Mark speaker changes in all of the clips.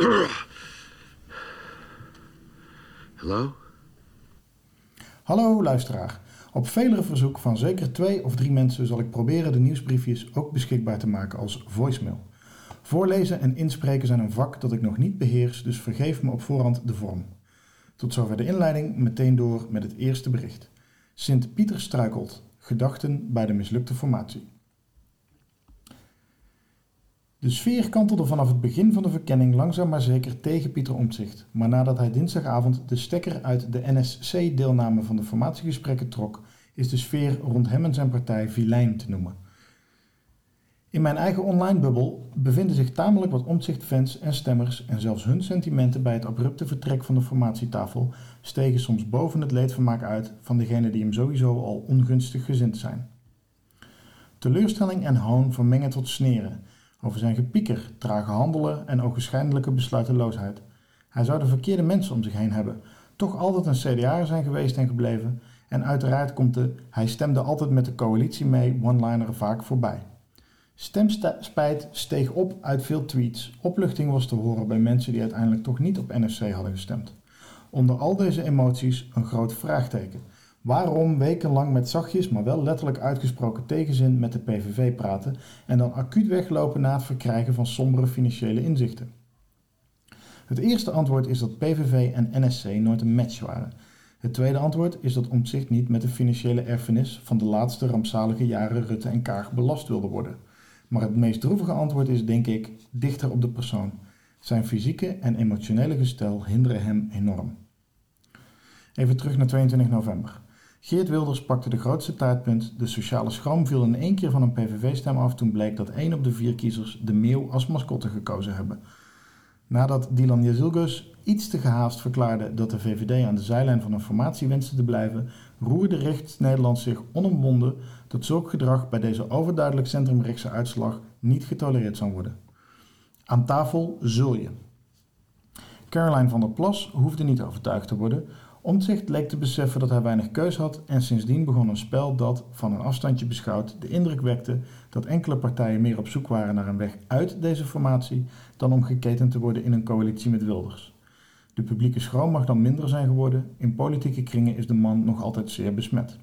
Speaker 1: Hallo?
Speaker 2: Hallo luisteraar. Op velere verzoek van zeker 2 of 3 mensen zal ik proberen de nieuwsbriefjes ook beschikbaar te maken als voicemail. Voorlezen en inspreken zijn een vak dat ik nog niet beheers, dus vergeef me op voorhand de vorm. Tot zover de inleiding, meteen door met het eerste bericht. Sint Pieter struikelt. Gedachten bij de mislukte formatie. De sfeer kantelde vanaf het begin van de verkenning langzaam maar zeker tegen Pieter Omtzigt. Maar nadat hij dinsdagavond de stekker uit de NSC-deelname van de formatiegesprekken trok, is de sfeer rond hem en zijn partij vilijn te noemen. In mijn eigen online bubbel bevinden zich tamelijk wat Omtzigt-fans en stemmers en zelfs hun sentimenten bij het abrupte vertrek van de formatietafel stegen soms boven het leedvermaak uit van degenen die hem sowieso al ongunstig gezind zijn. Teleurstelling en hoon vermengen tot sneren over zijn gepieker, trage handelen en ogenschijnlijke besluiteloosheid. Hij zou de verkeerde mensen om zich heen hebben, toch altijd een CDA'er zijn geweest en gebleven en uiteraard komt de hij stemde altijd met de coalitie mee one-liner vaak voorbij. Stemspijt steeg op uit veel tweets. Opluchting was te horen bij mensen die uiteindelijk toch niet op NSC hadden gestemd. Onder al deze emoties een groot vraagteken. Waarom wekenlang met zachtjes, maar wel letterlijk uitgesproken tegenzin met de PVV praten en dan acuut weglopen na het verkrijgen van sombere financiële inzichten? Het eerste antwoord is dat PVV en NSC nooit een match waren. Het tweede antwoord is dat Omtzigt niet met de financiële erfenis van de laatste rampzalige jaren Rutte en Kaag belast wilde worden. Maar het meest droevige antwoord is, denk ik, dichter op de persoon. Zijn fysieke en emotionele gestel hinderen hem enorm. Even terug naar 22 november. Geert Wilders pakte de grootste taartpunt. De sociale schroom viel in 1 keer van een PVV-stem af toen bleek dat 1 op de 4 kiezers de meeuw als mascotte gekozen hebben. Nadat Dylan Jezilgus iets te gehaast verklaarde dat de VVD aan de zijlijn van een formatie wenste te blijven, roerde rechts Nederland zich onomwonden dat zulk gedrag bij deze overduidelijk centrumrechtse uitslag niet getolereerd zou worden. Aan tafel zul je. Caroline van der Plas hoefde niet overtuigd te worden. Omtzigt leek te beseffen dat hij weinig keus had en sindsdien begon een spel dat, van een afstandje beschouwd, de indruk wekte dat enkele partijen meer op zoek waren naar een weg uit deze formatie dan om geketend te worden in een coalitie met Wilders. De publieke schroom mag dan minder zijn geworden, in politieke kringen is de man nog altijd zeer besmet.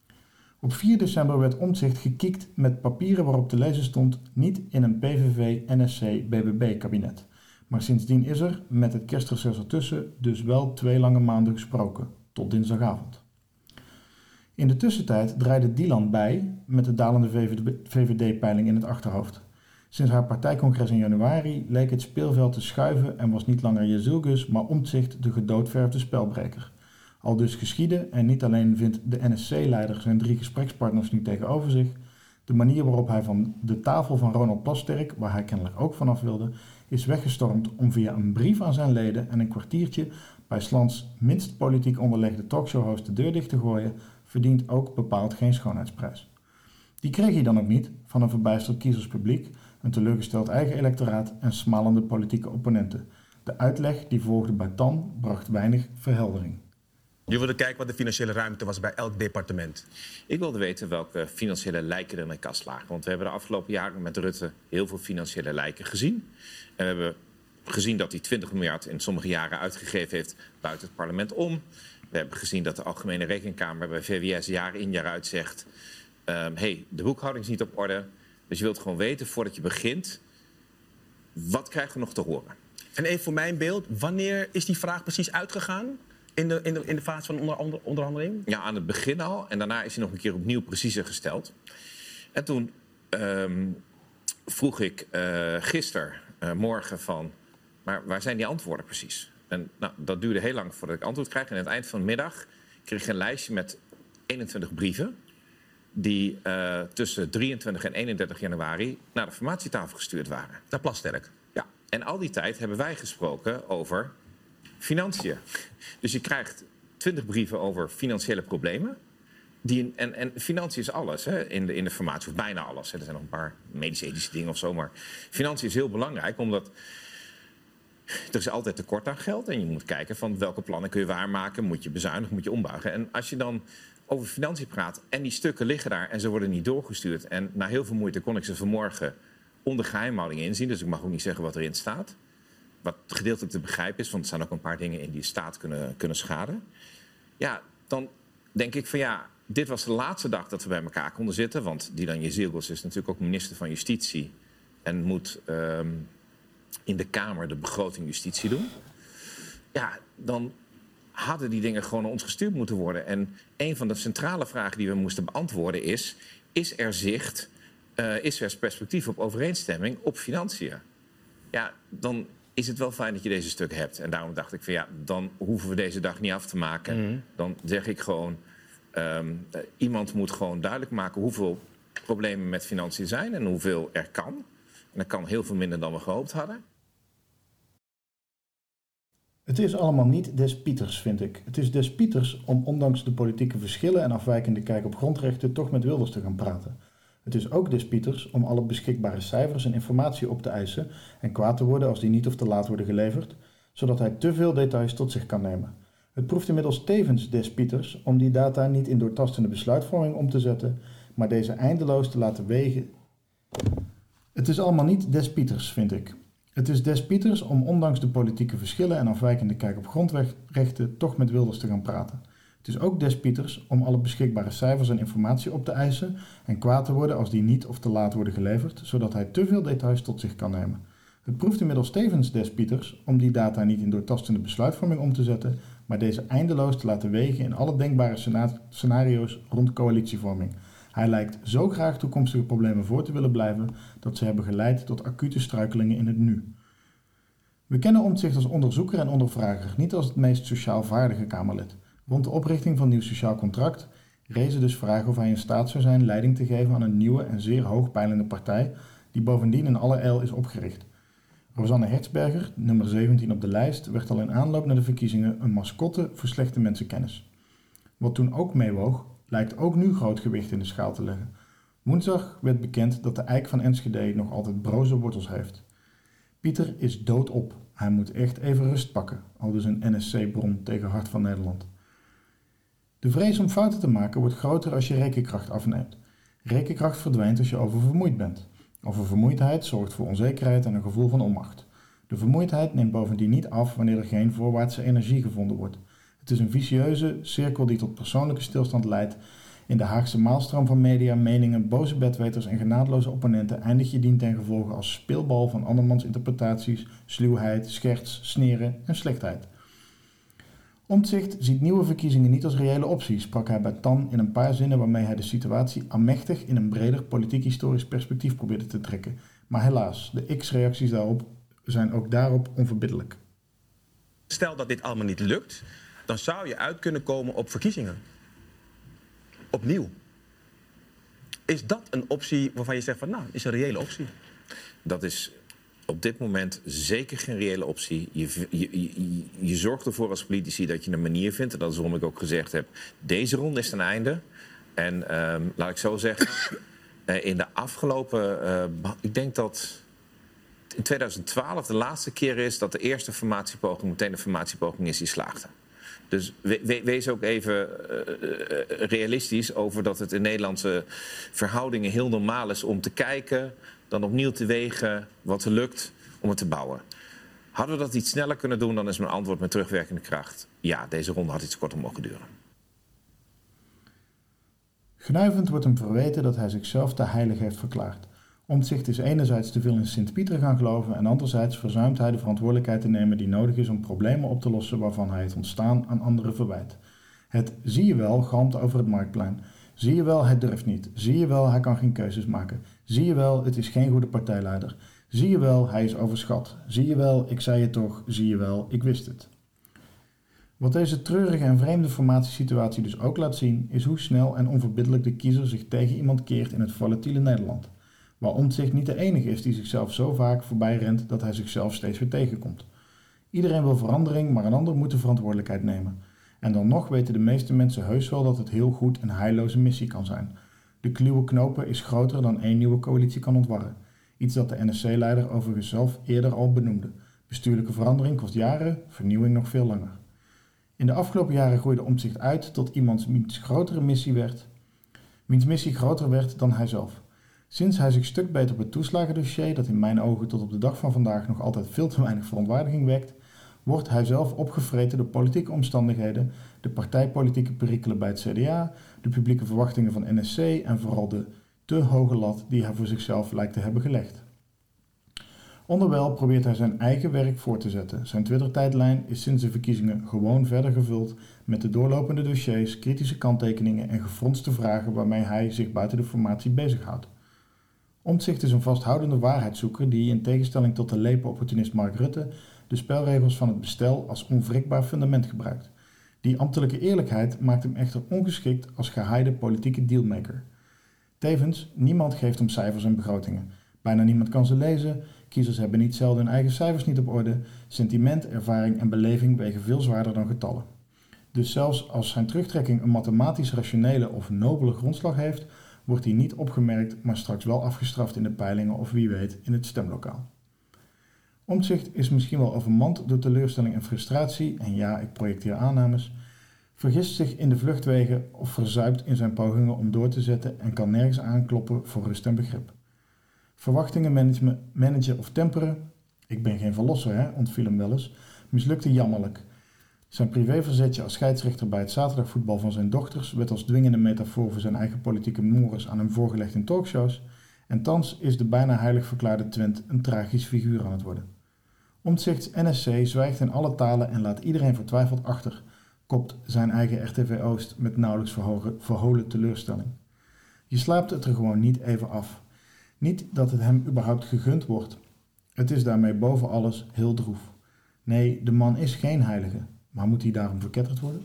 Speaker 2: Op 4 december werd Omtzigt gekiekt met papieren waarop te lezen stond niet in een PVV-NSC-BBB-kabinet. Maar sindsdien is er, met het kerstreces ertussen, dus wel 2 lange maanden gesproken, tot dinsdagavond. In de tussentijd draaide Dylan bij met de dalende VVD-peiling in het achterhoofd. Sinds haar partijcongres in januari leek het speelveld te schuiven en was niet langer Jezilgus, maar Omtzigt de gedoodverfde spelbreker. Aldus geschiedde en niet alleen vindt de NSC-leider zijn 3 gesprekspartners nu tegenover zich, de manier waarop hij van de tafel van Ronald Plasterk, waar hij kennelijk ook vanaf wilde, is weggestormd om via een brief aan zijn leden en een kwartiertje bij 's lands minst politiek onderlegde talkshowhost de deur dicht te gooien, verdient ook bepaald geen schoonheidsprijs. Die kreeg hij dan ook niet van een verbijsterd kiezerspubliek, een teleurgesteld eigen electoraat en smalende politieke opponenten. De uitleg die volgde bij TAN bracht weinig verheldering.
Speaker 3: Je wilde kijken wat de financiële ruimte was bij elk departement.
Speaker 4: Ik wilde weten welke financiële lijken er in de kast lagen. Want we hebben de afgelopen jaren met Rutte heel veel financiële lijken gezien. En we hebben gezien dat hij 20 miljard in sommige jaren uitgegeven heeft buiten het parlement om. We hebben gezien dat de Algemene Rekenkamer bij VWS jaar in jaar uit zegt, hey, de boekhouding is niet op orde. Dus je wilt gewoon weten voordat je begint, wat krijgen we nog te horen?
Speaker 3: En even voor mijn beeld, wanneer is die vraag precies uitgegaan? In de fase van onderhandeling?
Speaker 4: Ja, aan het begin al. En daarna is hij nog een keer opnieuw preciezer gesteld. En toen vroeg ik morgen van, maar waar zijn die antwoorden precies? En nou, dat duurde heel lang voordat ik antwoord kreeg. En aan het eind van de middag kreeg ik een lijstje met 21 brieven die tussen 23 en 31 januari naar de formatietafel gestuurd waren.
Speaker 3: Naar Plasterk?
Speaker 4: Ja, en al die tijd hebben wij gesproken over financiën. Dus je krijgt 20 brieven over financiële problemen. En financiën is alles in de formatie, of bijna alles. Er zijn nog een paar medisch-ethische dingen of zo. Maar financiën is heel belangrijk, omdat er is altijd tekort aan geld. En je moet kijken van welke plannen kun je waarmaken. Moet je bezuinigen, moet je ombuigen. En als je dan over financiën praat en die stukken liggen daar en ze worden niet doorgestuurd. En na heel veel moeite kon ik ze vanmorgen onder geheimhouding inzien. Dus ik mag ook niet zeggen wat erin staat. wat gedeeltelijk te begrijpen is, want er staan ook een paar dingen in die de staat kunnen schaden. Ja, dan denk ik van ja, dit was de laatste dag dat we bij elkaar konden zitten. Want Dylan Jezielgus is natuurlijk ook minister van Justitie en moet in de Kamer de begroting Justitie doen. Ja, dan hadden die dingen gewoon naar ons gestuurd moeten worden. En een van de centrale vragen die we moesten beantwoorden is er zicht, is er perspectief op overeenstemming op financiën? Ja, dan is het wel fijn dat je deze stuk hebt. En daarom dacht ik van ja, dan hoeven we deze dag niet af te maken.
Speaker 3: Mhm.
Speaker 4: Dan zeg ik gewoon, iemand moet gewoon duidelijk maken hoeveel problemen met financiën zijn en hoeveel er kan. En dat kan heel veel minder dan we gehoopt hadden.
Speaker 2: Het is allemaal niet des Pieters, vind ik. Het is des Pieters om ondanks de politieke verschillen en afwijkende kijk op grondrechten toch met Wilders te gaan praten. Het is ook des Pieters om alle beschikbare cijfers en informatie op te eisen en kwaad te worden als die niet of te laat worden geleverd, zodat hij te veel details tot zich kan nemen. Het proeft inmiddels tevens des Pieters om die data niet in doortastende besluitvorming om te zetten, maar deze eindeloos te laten wegen. Het is allemaal niet des Pieters, vind ik. Het is des Pieters om ondanks de politieke verschillen en afwijkende kijk op grondrechten toch met Wilders te gaan praten. Het is ook des Pieters om alle beschikbare cijfers en informatie op te eisen en kwaad te worden als die niet of te laat worden geleverd, zodat hij te veel details tot zich kan nemen. Het proeft inmiddels tevens des Pieters om die data niet in doortastende besluitvorming om te zetten, maar deze eindeloos te laten wegen in alle denkbare scenario's rond coalitievorming. Hij lijkt zo graag toekomstige problemen voor te willen blijven dat ze hebben geleid tot acute struikelingen in het nu. We kennen Omtzigt als onderzoeker en ondervrager, niet als het meest sociaal vaardige Kamerlid. Rond de oprichting van Nieuw Sociaal Contract rezen dus vragen of hij in staat zou zijn leiding te geven aan een nieuwe en zeer hoogpeilende partij die bovendien in allerijl is opgericht. Rosanne Hertzberger, nummer 17 op de lijst, werd al in aanloop naar de verkiezingen een mascotte voor slechte mensenkennis. Wat toen ook meewoog, lijkt ook nu groot gewicht in de schaal te leggen. Woensdag werd bekend dat de eik van Enschede nog altijd broze wortels heeft. Pieter is doodop. Hij moet echt even rust pakken, aldus een NSC-bron tegen Hart van Nederland. De vrees om fouten te maken wordt groter als je rekenkracht afneemt. Rekenkracht verdwijnt als je oververmoeid bent. Oververmoeidheid zorgt voor onzekerheid en een gevoel van onmacht. De vermoeidheid neemt bovendien niet af wanneer er geen voorwaartse energie gevonden wordt. Het is een vicieuze cirkel die tot persoonlijke stilstand leidt. In de Haagse maalstroom van media, meningen, boze bedweters en genadeloze opponenten eindig je dien ten gevolge als speelbal van andermans interpretaties, sluwheid, scherts, sneren en slechtheid. Omtzigt ziet nieuwe verkiezingen niet als reële optie, sprak hij bij TAN in een paar zinnen waarmee hij de situatie aanmächtig in een breder politiek-historisch perspectief probeerde te trekken. Maar helaas, de X-reacties daarop zijn ook daarop onverbiddelijk.
Speaker 3: Stel dat dit allemaal niet lukt, dan zou je uit kunnen komen op verkiezingen. Opnieuw. Is dat een optie waarvan je zegt van nou, is een reële optie?
Speaker 4: Dat is op dit moment zeker geen reële optie. Je zorgt ervoor als politici dat je een manier vindt. En dat is waarom ik ook gezegd heb, deze ronde is ten einde. En laat ik zo zeggen, in de afgelopen... ik denk dat in 2012 de laatste keer is dat de eerste formatiepoging meteen de formatiepoging is die slaagde. Dus wees ook even realistisch over dat het in Nederlandse verhoudingen heel normaal is om te kijken, dan opnieuw te wegen wat er lukt om het te bouwen. Hadden we dat iets sneller kunnen doen, dan is mijn antwoord met terugwerkende kracht. Ja, deze ronde had iets korter mogen duren.
Speaker 2: Gnuivend wordt hem verweten dat hij zichzelf te heilig heeft verklaard. Omtzigt is enerzijds te veel in Sint-Pieter gaan geloven en anderzijds verzuimt hij de verantwoordelijkheid te nemen die nodig is om problemen op te lossen waarvan hij het ontstaan aan anderen verwijt. Het zie je wel galmt over het Marktplein. Zie je wel, hij durft niet. Zie je wel, hij kan geen keuzes maken. Zie je wel, het is geen goede partijleider. Zie je wel, hij is overschat. Zie je wel, ik zei het toch. Zie je wel, ik wist het. Wat deze treurige en vreemde formatiesituatie dus ook laat zien, is hoe snel en onverbiddelijk de kiezer zich tegen iemand keert in het volatiele Nederland. Waar Omtzigt niet de enige is die zichzelf zo vaak voorbij rent dat hij zichzelf steeds weer tegenkomt. Iedereen wil verandering, maar een ander moet de verantwoordelijkheid nemen. En dan nog weten de meeste mensen heus wel dat het heel goed een heilloze missie kan zijn. De kluwe knopen is groter dan één nieuwe coalitie kan ontwarren. Iets dat de NSC-leider overigens zelf eerder al benoemde. Bestuurlijke verandering kost jaren, vernieuwing nog veel langer. In de afgelopen jaren groeide Omtzigt uit tot iemand wiens missie groter werd dan hij zelf. Sinds hij zich stuk beet op het toeslagendossier, dat in mijn ogen tot op de dag van vandaag nog altijd veel te weinig verontwaardiging wekt, wordt hij zelf opgevreten door politieke omstandigheden, de partijpolitieke perikelen bij het CDA, de publieke verwachtingen van NSC en vooral de te hoge lat die hij voor zichzelf lijkt te hebben gelegd. Onderwijl probeert hij zijn eigen werk voor te zetten. Zijn Twitter-tijdlijn is sinds de verkiezingen gewoon verder gevuld met de doorlopende dossiers, kritische kanttekeningen en gefronste vragen waarmee hij zich buiten de formatie bezighoudt. Omtzigt is een vasthoudende waarheidszoeker die, in tegenstelling tot de lepe opportunist Mark Rutte, de spelregels van het bestel als onwrikbaar fundament gebruikt. Die ambtelijke eerlijkheid maakt hem echter ongeschikt als gehaaide politieke dealmaker. Tevens, niemand geeft om cijfers en begrotingen. Bijna niemand kan ze lezen, kiezers hebben niet zelden hun eigen cijfers niet op orde, sentiment, ervaring en beleving wegen veel zwaarder dan getallen. Dus zelfs als zijn terugtrekking een mathematisch rationele of nobele grondslag heeft, wordt hij niet opgemerkt, maar straks wel afgestraft in de peilingen of wie weet in het stemlokaal. Omtzigt is misschien wel overmand door teleurstelling en frustratie, en ja, ik projecteer aannames, vergist zich in de vluchtwegen of verzuipt in zijn pogingen om door te zetten en kan nergens aankloppen voor rust en begrip. Verwachtingen managen of temperen, ik ben geen verlosser, ontviel hem wel eens, mislukte jammerlijk. Zijn privéverzetje als scheidsrechter bij het zaterdagvoetbal van zijn dochters werd als dwingende metafoor voor zijn eigen politieke mores aan hem voorgelegd in talkshows, en thans is de bijna heilig verklaarde Twent een tragisch figuur aan het worden. Omtzigts NSC zwijgt in alle talen en laat iedereen vertwijfeld achter, kopt zijn eigen RTV Oost met nauwelijks verholen teleurstelling. Je slaapt het er gewoon niet even af. Niet dat het hem überhaupt gegund wordt. Het is daarmee boven alles heel droef. Nee, de man is geen heilige, maar moet hij daarom verketterd worden?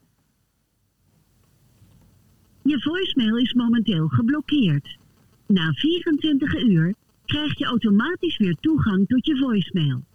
Speaker 1: Je voicemail is momenteel geblokkeerd. Na 24 uur krijg je automatisch weer toegang tot je voicemail.